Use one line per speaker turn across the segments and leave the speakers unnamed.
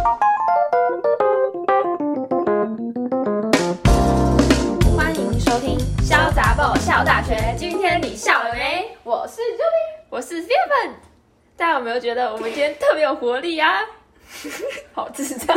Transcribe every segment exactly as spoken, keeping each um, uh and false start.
欢迎收听《潇洒爆笑大学》，今天你笑了没？我是 Julie， 我是 Steven。大家有没有觉得我们今天特别有活力啊？好智障！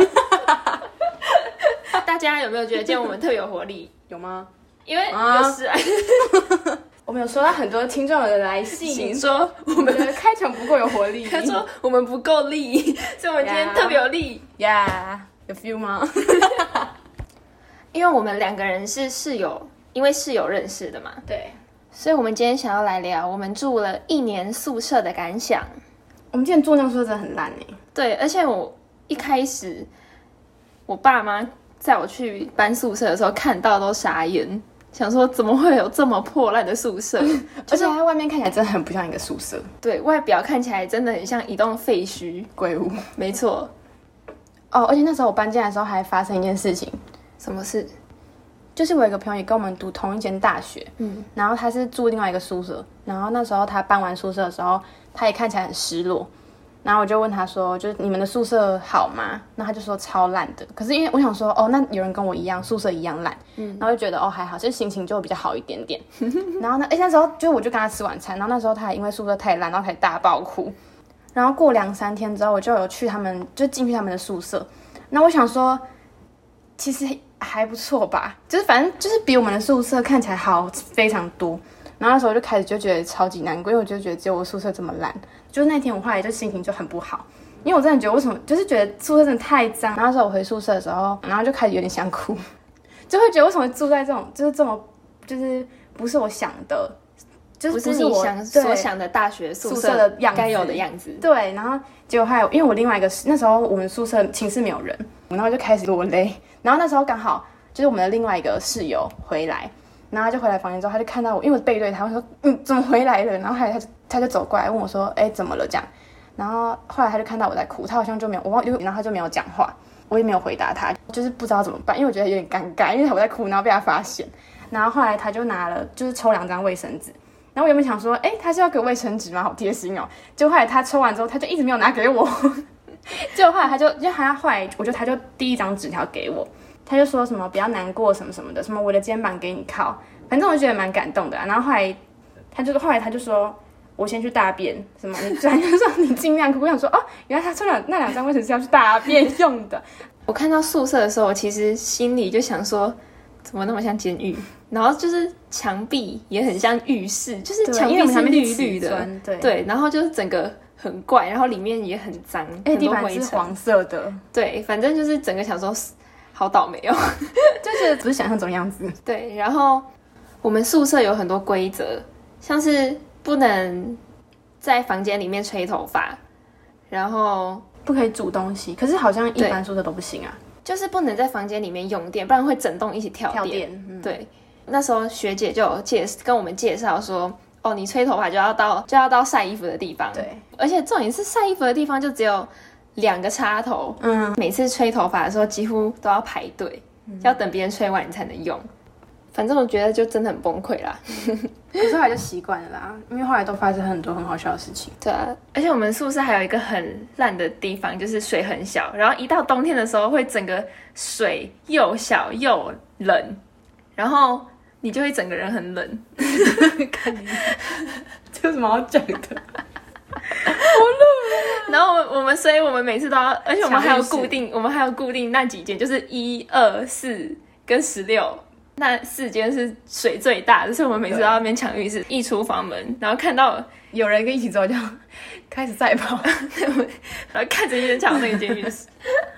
大家有没有觉得今天我们特别有活力？
有吗？
因为有事、啊。
我们有收到很多听众的来信，
请说
我们的开场不够有活力。
他说我们不够力，所以我们今天特别有力。
呀，有 feel 吗？
因为我们两个人是室友，因为室友认识的嘛。
对，
所以我们今天想要来聊我们住了一年宿舍的感想。
我们之前住那个宿舍真的很烂哎。
对，而且我一开始我爸妈在我去搬宿舍的时候看到都傻眼，想说怎么会有这么破烂的宿舍？
而且它外面看起来真的很不像一个宿舍，
对外表看起来真的很像一栋废墟
鬼屋。
没错。
哦，而且那时候我搬进来的时候还发生一件事情。
什么事？
就是我有一个朋友也跟我们读同一间大学，嗯，然后他是住另外一个宿舍，然后那时候他搬完宿舍的时候，他也看起来很失落，然后我就问他说，就是你们的宿舍好吗？那他就说超烂的。可是因为我想说，哦，那有人跟我一样宿舍一样烂，嗯，然后就觉得哦还好，就心情就比较好一点点。然后呢，哎那时候就我就跟他吃晚餐，然后那时候他还因为宿舍太烂，然后开始大爆哭。然后过两三天之后，我就有去他们就进去他们的宿舍，那我想说，其实还不错吧，就是反正就是比我们的宿舍看起来好非常多。然后那时候我就开始就觉得超级难过，因为我就觉得只有我宿舍这么烂。就是那天我后来就心情就很不好，因为我真的觉得为什么就是觉得宿舍真的太脏。然后那时候我回宿舍的时候，然后就开始有点想哭，就会觉得为什么住在这种就是这么就是不是我想的，就是
不是你想所想的大学宿舍的样子该有的样子。
对，然后结果还有因为我另外一个那时候我们宿舍寝室没有人，然后就开始落泪。然后那时候刚好就是我们的另外一个室友回来，然后他就回来房间之后，他就看到我，因为我背对他，我说嗯怎么回来了？然后后来他就他就走过来问我说，哎怎么了这样？然后后来他就看到我在哭，他好像就没有我忘，然后他就没有讲话，我也没有回答他，就是不知道怎么办，因为我觉得有点尴尬，因为我在哭，然后被他发现。然后后来他就拿了就是抽两张卫生纸，然后我原本想说，哎他是要给我卫生纸吗？好贴心哦。结果后来他抽完之后，他就一直没有拿给我。结果后来他就就他后来我就他就递一张纸条给我，他就说什么不要难过什么什么的，什么我的肩膀给你靠，反正我就觉得蛮感动的、啊。然后后来他就后来他就说我先去大便什么，你就说你尽量哭。我想说哦，原来他抽了那两张卫生纸是要去大便用的。
我看到宿舍的时候，我其实心里就想说怎么那么像监狱，然后就是墙壁也很像浴室，就是墙壁是绿绿的，对对，然后就是整个很怪，然后里面也很脏，
哎，地板是黄色的，
对，反正就是整个想说好倒霉哦，
就是不是想象中样子。
对，然后我们宿舍有很多规则，像是不能在房间里面吹头发，然后
不可以煮东西，可是好像一般宿舍都不行啊，
就是不能在房间里面用电，不然会整栋一起跳电。跳电嗯、对，那时候学姐就有介跟我们介绍说，哦，你吹头发就要到就要到晒衣服的地方。对，而且重点是晒衣服的地方就只有两个插头，嗯，每次吹头发的时候几乎都要排队，嗯、要等别人吹完你才能用。反正我觉得就真的很崩溃啦。
可是后来就习惯了啦，因为后来都发生很多很好笑的事情。
对啊，而且我们宿舍还有一个很烂的地方，就是水很小，然后一到冬天的时候会整个水又小又冷，然后你就会整个人很冷。
看你，这有什么好讲的？
好冷。然后我们，所以我们每次都要，而且我们还有固定，我们还有固定那几间，就是一二四跟十六。那四间是水最大的，所以我们每次都要那边抢浴室。一出房门，然后看到
有人跟一起走，就开始赛跑，
然后看着一人抢那一间浴室。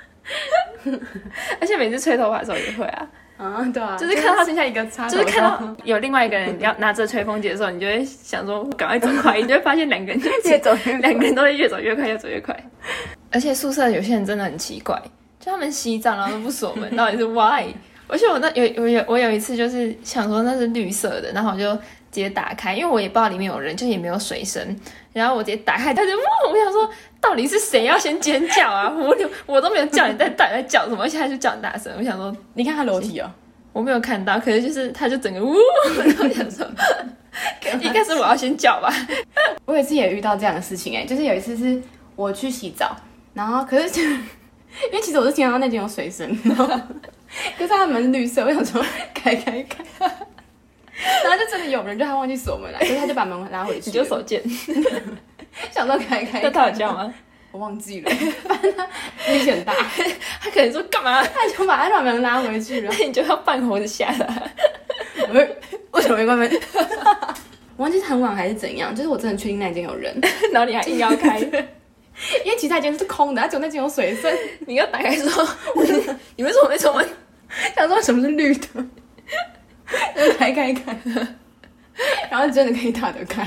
而且每次吹头发的时候也会啊，
啊对啊，
就是看到
剩下一个插头，
就是看到有另外一个人要拿着吹风机的时候，你就会想说赶快走快，你就会发现两个人
越走越
两个人都会越走越快，越走越快。而且宿舍有些人真的很奇怪，就他们洗澡然后都不锁门，到底是 why？而且我那有我有我有一次就是想说那是绿色的，然后我就直接打开，因为我也不知道里面有人，就也没有水声，然后我直接打开，他就哇！我想说到底是谁要先尖叫啊？我我都没有叫你在到底在叫什么，而且他就叫很大声。我想说，
你看他裸体哦，
我没有看到，可是就是他就整个呜，然后我想说，应该是我要先叫吧。
我有一次也遇到这样的事情哎、欸，就是有一次是我去洗澡，然后可是因为其实我是听到那间有水声，然后可是它的门是绿色，我想说开开开，然后就真的有人，就他忘记锁门了，所以他就把门拉回去，
你就手贱，
想说开开开。
那他有叫吗？
我忘记了，反正他力气很大，
他可能说干嘛？
他就把他把门拉回去了，
那你就要半活着下来。
为什么没关门？我忘记是很晚还是怎样，就是我真的确定那间有人，
然后你还硬要开，因
为其他间是空的，只有那间有水声。
你要打开说，你们说我没锁门，
想说什么是绿的，就开开开，然后真的可以打得开。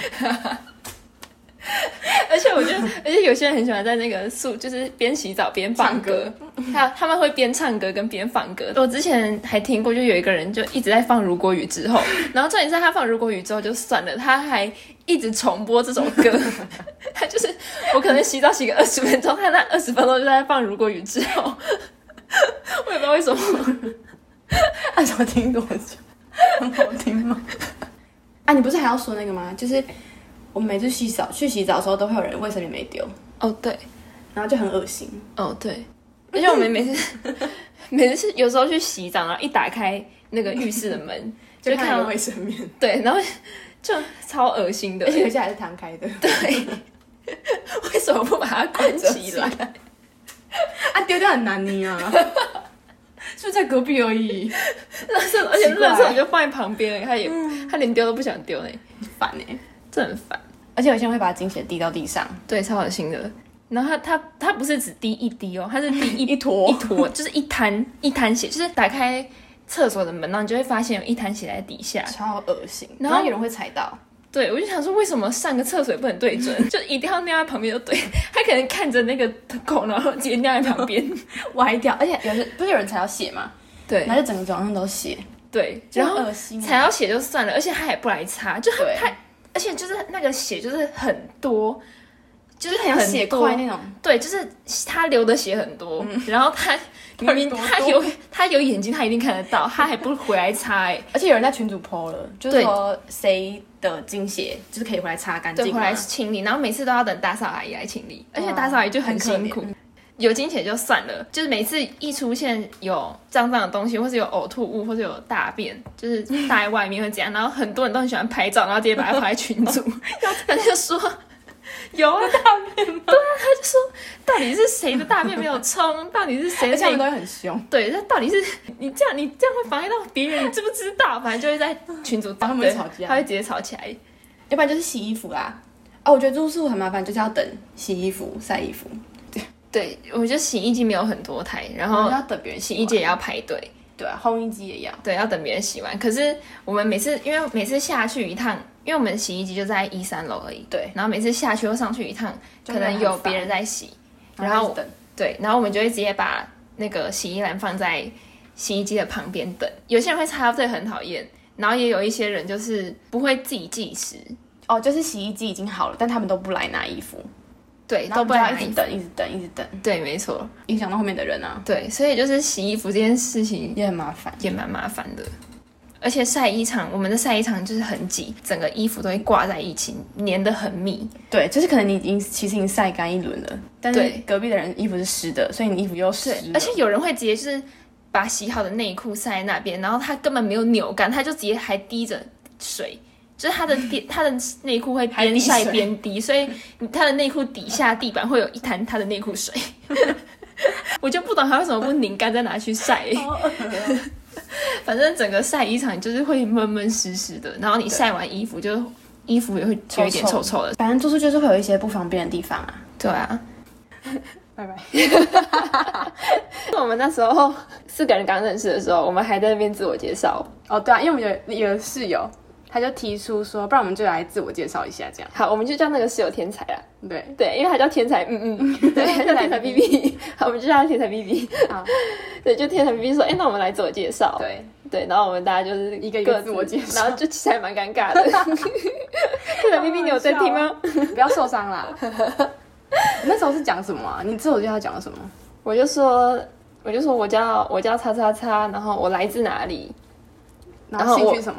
而且我觉得，而且有些人很喜欢在那个宿，就是边洗澡边放歌，还有他们会边唱歌跟边放歌。我之前还听过，就有一个人就一直在放《如果雨》之后，然后重点是他放《如果雨》之后就算了，他还一直重播这首歌。他就是我可能洗澡洗个二十分钟，他那二十分钟就在放《如果雨》之后，我也不知道为什么。
按什么听多久？很好听吗？啊，你不是还要说那个吗？就是我们每次洗澡去洗澡的时候，都会有人卫生棉没丢。
哦，对，
然后就很恶心。
哦，对，而且我们每次每次有时候去洗澡，然后一打开那个浴室的门，
就看到卫生棉，
对，然后就超恶心的，
而且有些还是摊开的。
对，为什么不把它关起来？
啊，丢掉很难捏啊。是不是在隔壁而已？
垃圾，而且垃圾你就放在旁边，他也、嗯、他连丢都不想丢呢，
烦哎，
这很烦。
而且有些人会把精血滴到地上，
对，超恶心的。然后他他他不是只滴一滴哦，他是滴一
一坨
一坨，就是一滩一滩血，就是打开厕所的门，然后你就会发现有一滩血在底下，
超恶心。然后有人会踩到。
对，我就想说，为什么上个厕所也不能对准，就一定要尿在旁边就对？他可能看着那个孔，然后直接尿在旁边，
歪掉。而且有时不是有人踩到血吗？
对，
然后就整个床上都血。
对，然后
恶心、啊，
踩到血就算了，而且他也不来擦，就他他，而且就是那个血就是很多，就是很
像血块那种。
对，就是他流的血很多，嗯、然后他明明他有他有眼睛，他一定看得到，他还不回来擦哎、欸。
而且有人在群组 po 了，就是说谁的精血就是可以回来擦干净，
对，回来清理，然后每次都要等打扫阿姨来清理，而且打扫阿姨就很辛苦。有精血就算了，就是每次一出现有脏脏的东西，或是有呕吐物，或是有大便，就是大在外面会这样，然后很多人都很喜欢拍照，然后直接把它发在群组，他就说有啊大便吗？对啊，他就说到底是谁的大便没有冲，到底是谁的？
他们都会很凶。
对，那到底是你这样，你这样会妨碍到别人，你知不知道？反正就会在群组，
他们会吵架，
他会直接吵起来。
要不然就是洗衣服啦。哦，我觉得住宿很麻烦，就是要等洗衣服、晒衣服。
对，我觉得洗衣机没有很多台，然后
要等别人洗，
洗衣机也要排队。
对啊，烘衣机也要。
对，要等别人洗完。可是我们每次，因为每次下去一趟，因为我们洗衣机就在一三楼而已。
对。
然后每次下去又上去一趟，可能有别人在洗，
然
后
等。
对，然后我们就会直接把那个洗衣篮放在洗衣机的旁边等。有些人会插队，很讨厌。然后也有一些人就是不会自己计时。
哦，就是洗衣机已经好了，但他们都不来拿衣服。
对，
都不来，一直等，一直等，一直等。
对，没错，
影响到后面的人啊。
对，所以就是洗衣服这件事情
也很麻烦，
也蛮麻烦的。而且晒衣场，我们的晒衣场就是很挤，整个衣服都会挂在一起，粘得很密。
对，就是可能你已经其实已经晒干一轮了，但是隔壁的人衣服是湿的，所以你衣服又湿了。
而且有人会直接就是把洗好的内裤晒在那边，然后他根本没有扭干，他就直接还滴着水。就是他的他的内裤会边晒边滴，所以他的内裤底下地板会有一滩他的内裤水。我就不懂他为什么不拧干再拿去晒。反正整个晒衣场就是会闷闷湿湿的，然后你晒完衣服就衣服也会有一点臭臭的。
反正住宿就是会有一些不方便的地方啊。
对啊。
拜拜。
我们那时候四个人刚认识的时候，我们还在那边自我介绍。
哦，对啊，因为我们有有室友。他就提出说，不然我们就来自我介绍一下，这样。
好，我们就叫那个室友天才啦。
对
对，因为他叫天才，嗯嗯，对，他叫天才 B B。好，我们就叫他天才 B B。好，对，就天才 B B 说，哎、欸，那我们来自我介绍。
对
对，然后我们大家就是
一个一个自我介绍，
然后就其实还蛮尴尬的。天才 B B， 你有在听吗？
不要受伤啦。你那时候是讲什么啊？你自我介绍讲了什么？
我就说，我就说我叫我叫叉叉叉，然后我来自哪里，
然后兴趣什么？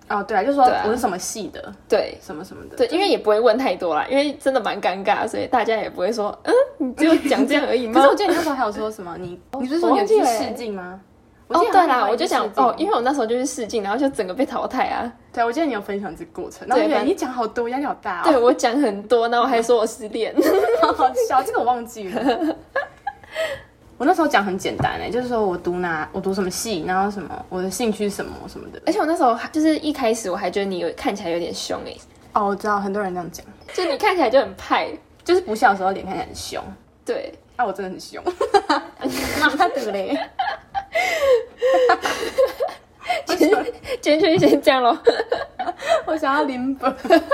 哦，对啊，就是说
对啊
我是什么系的，
对
什么什么的。
对，因为也不会问太多啦，因为真的蛮尴尬，所以大家也不会说，嗯，你只有讲这样而已吗？
可是我记得你那时候还有说什么？你你不是说你有去试镜吗？
哦，对啦，我就讲哦，因为我那时候就是试镜，然后就整个被淘汰啊。
对，我记得你有分享这个过程，然后我觉得你讲好多，压力好大哦。
对，我讲很多，然后我还说我失恋，
好好笑，这个我忘记了。我那时候讲很简单诶，就是说我读哪，我读什么系，然后什么我的兴趣什么什么的。
而且我那时候就是一开始我还觉得你有看起来有点凶诶。
哦，我知道很多人这样讲，
就你看起来就很派，
就是不笑的时候脸看起来很凶。
对，
啊，我真的很凶。妈的嘞！
今天今天就先这样咯。
我想要零本，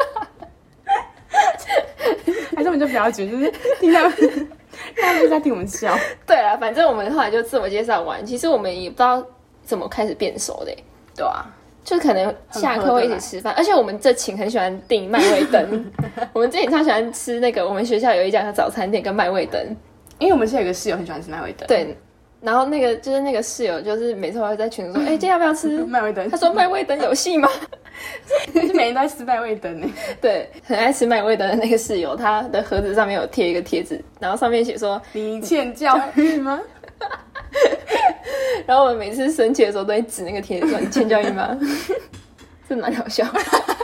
还是我们就不要举，就是听他们，他们就在听我们笑。
对啊，反正我们后来就自我介绍完，其实我们也不知道怎么开始变熟的。
对啊，
就可能下课会一起吃饭，而且我们这群很喜欢订麦味登，我们这群超喜欢吃那个，我们学校有一家早餐店跟麦味登，
因为我们是有一个室友很喜欢吃麦味登。
对。然后那个就是那个室友，就是每次都会在群里说：“哎、欸，今天要不要吃
麦味登？”
他说：“麦味登有戏吗？”
就是每天都在吃麦味登呢。
对，很爱吃麦味登的那个室友，他的盒子上面有贴一个贴纸，然后上面写说：“
你欠教育吗？”
然后我们每次生气的时候都会指那个贴纸说：“你欠教育吗？”这蛮好笑。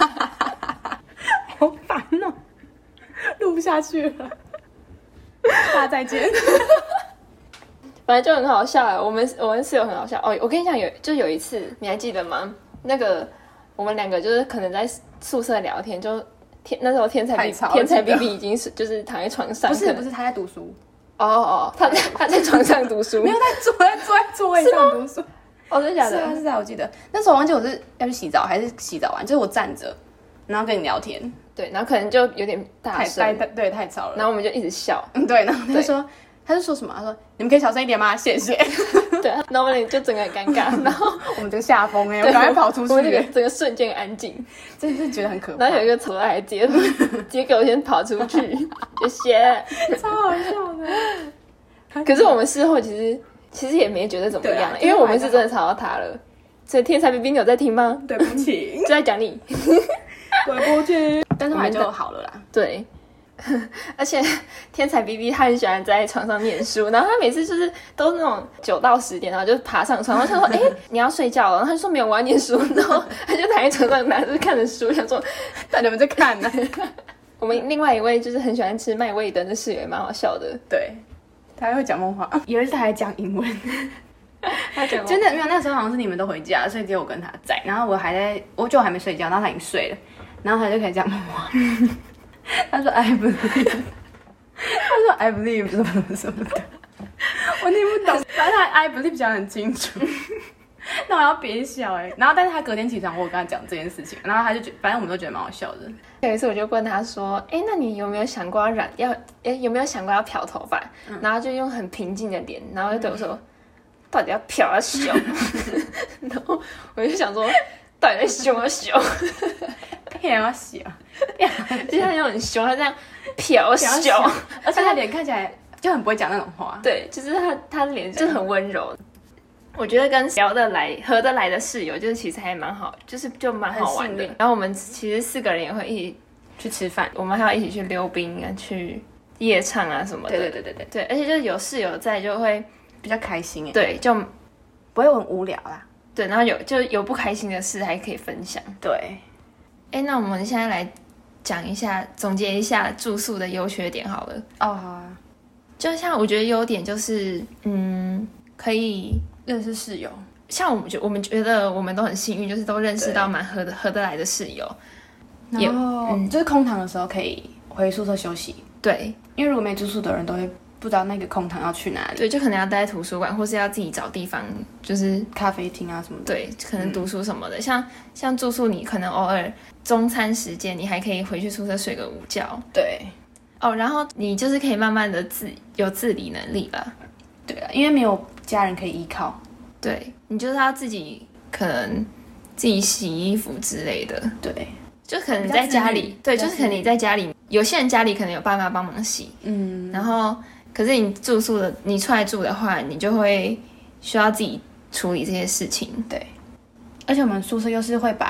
好烦哦，录不下去了。大家再见。
反正就很好笑啊，我们我们室友很好笑哦。我跟你讲，有就有一次，你还记得吗？那个我们两个就是可能在宿舍聊天，就天那时候天才 B 天才 B B 已经是就是躺在床上，
不是不是他在读书。
哦哦，他在他在床上读书，
没有在坐在坐在座位上读书。
哦，真的假的？
是啊是啊，我记得那时候我忘记我是要去洗澡还是洗澡完，就是我站着，然后跟你聊天。
对，然后可能就有点大声，
对，太吵了，
然后我们就一直笑。
嗯，对，然后他就说。他就说什么？他说：“你们可以小声一点吗？谢谢。”
对，然后我们就整个很尴尬，然后
我们就下风哎、欸，我赶快跑出去、欸，
我们这个整个瞬间安静，
真的是觉得很可怕。
然后有一个丑的还直接直接给我先跑出去，谢谢，
超好笑的。
可是我们事后其实其实也没觉得怎么样，啊、因为我们是真的吵到他了。所以天才 B B 你有在听吗？
对不起，
就在讲你，
对不起。但是后来就好了啦。
对。而且天才 B B 他很喜欢在床上念书，然后他每次就是都是那种九到十点，然后就爬上床，然后他说：“哎、欸，你要睡觉了。”然后他就说：“没有，我要念书。”然后他就躺在床上拿着看着书，想说：“
那你们在看呢？”
我们另外一位就是很喜欢吃麦味登的室友，也蛮好笑的。
对，他还会讲梦话，有一次他还讲英文。
他讲
真的，因为那时候好像是你们都回家，所以只有我跟他在，然后我还在，我就还没睡觉，然后他已经睡了，然后他就开始讲梦话。他说 I believe， 他说 I believe 什么什么的，我听不懂。反正他 I believe 讲得很清楚，那我要憋笑哎、欸。然后但是他隔天起床，我有跟他讲这件事情，然后他就觉，反正我们都觉得蛮好笑的。
有一次我就问他说：“哎、欸，那你有没有想过要染要？哎、欸，有没有想过要漂头发？”嗯、然后就用很平静的脸，然后就对我说：“嗯、到底要漂要修？”然后我就想说，到底在凶要修？
骗我笑，
就是他那种很凶，他这样飘凶，
而且他脸看起来就很不会讲那种话。
对，就是他他的脸就是很温柔。我觉得跟聊得来、合得来的室友，就是其实还蛮好，就是就蛮好玩的。然后我们其实四个人也会一起
去吃饭，
我们还要一起去溜冰啊，去夜唱啊什么的。
对对对对对
对，而且就是有室友在，就会
比较开心哎。
对，就
不会很无聊啦。
对，然后有就有不开心的事还可以分享。
对。
哎，那我们现在来讲一下，总结一下住宿的优缺点好了。
哦，好啊。
就像我觉得优点就是，嗯，可以
认识室友。
像我们觉我们觉得我们都很幸运，就是都认识到蛮合的合得来的室友。
然后，嗯，就是空堂的时候可以回宿舍休息。
对，
因为如果没住宿的人都会不知道那个空堂要去哪里。
对，就可能要待在图书馆，或是要自己找地方，就是
咖啡厅啊什么的。
对，可能读书什么的。嗯、像像住宿，你可能偶尔中餐时间，你还可以回去宿舍睡个午觉。
对。
哦，然后你就是可以慢慢的自有自理能力吧。
对啊，因为没有家人可以依靠。
对，你就是要自己可能自己洗衣服之类的。
对。
就可能在家里，对，就是可能你在家里，有些人家里可能有爸妈帮忙洗，嗯，然后可是你住宿的，你出来住的话，你就会需要自己处理这些事情。
对，而且我们宿舍又是会把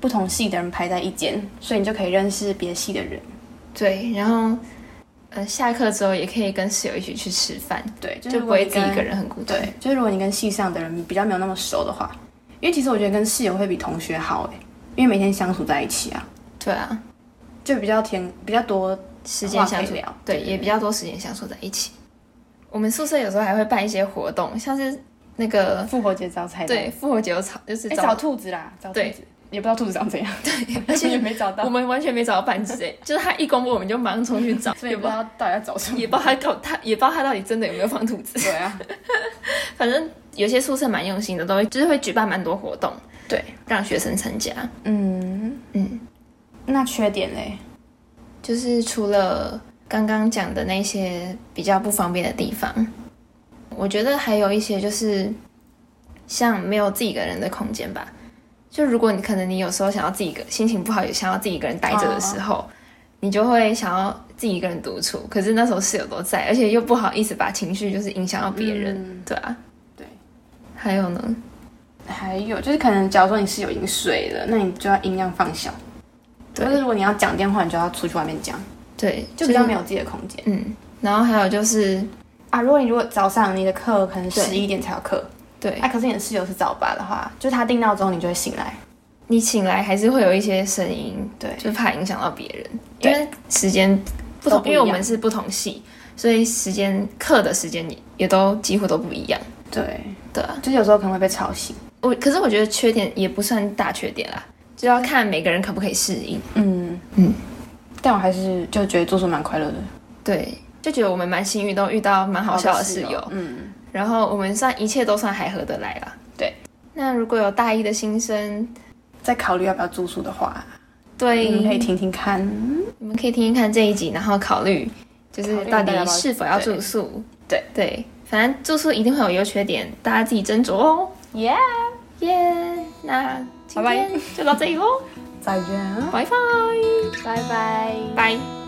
不同系的人排在一间，所以你就可以认识别系的人。
对，然后呃下课之后也可以跟室友一起去吃饭，
对，就,
就不会自己一个人很孤单。
对，就是如果你跟系上的人比较没有那么熟的话，因为其实我觉得跟室友会比同学好哎，因为每天相处在一起啊。
对啊，
就比较甜，比较多
时间相处，
聊，
对，也比较多时间相处在一起。我们宿舍有时候还会办一些活动，像是那个
复活节招财，
对，复活节有找就是
找、欸、找兔子啦，找兔子，也不知道兔子长怎样，
对，而且
也没找到，
我们完全没找到半只哎，就是他一公布我们就马上冲去找，
所以也不知道到底要找什么，
也不知道他他也不知道他到底真的有没有放兔子。
对啊，
反正有些宿舍蛮用心的，都会就是会举办蛮多活动，
对，
让学生参加。
嗯嗯，那缺点嘞，
就是除了刚刚讲的那些比较不方便的地方，我觉得还有一些就是像没有自己一个人的空间吧。就如果你可能你有时候想要自己一个心情不好，也想要自己一个人待着的时候， oh. 你就会想要自己一个人独处。可是那时候室友都在，而且又不好意思把情绪就是影响到别人，嗯、对啊。
对。
还有呢？
还有就是可能假如说你室友已经睡了，那你就要音量放小。对。或者如果你要讲电话，你就要出去外面讲。
对，
就比较没有自己的空间。
嗯。然后还有就是
啊，如果你如果早上你的课可能十一点才有课。
对，
啊，可是你的室友是早八的话，就是他定闹钟，你就会醒来。
你醒来还是会有一些声音，
对，
就怕影响到别人，因为时间不同，
不
因为我们是不同系，所以时间课的时间也都几乎都不一样。
对，
对啊，
就是有时候可能会被吵醒。
我可是我觉得缺点也不算大缺点啦，就要看每个人可不可以适应。
嗯嗯，但我还是就觉得住宿蛮快乐的。
对，就觉得我们蛮幸运，都遇到蛮好笑的室友。
嗯。
然后我们算一切都算还合得来啦。
对，
那如果有大一的新生
在考虑要不要住宿的话，
对，
你们可以听听看，
你们可以听听看这一集，然后考虑就是到底是否要住宿。
对
对, 对，反正住宿一定会有优缺点，大家自己斟酌哦。
耶
耶，那今天就到这里喽，
再见，
拜拜，
拜拜，
拜。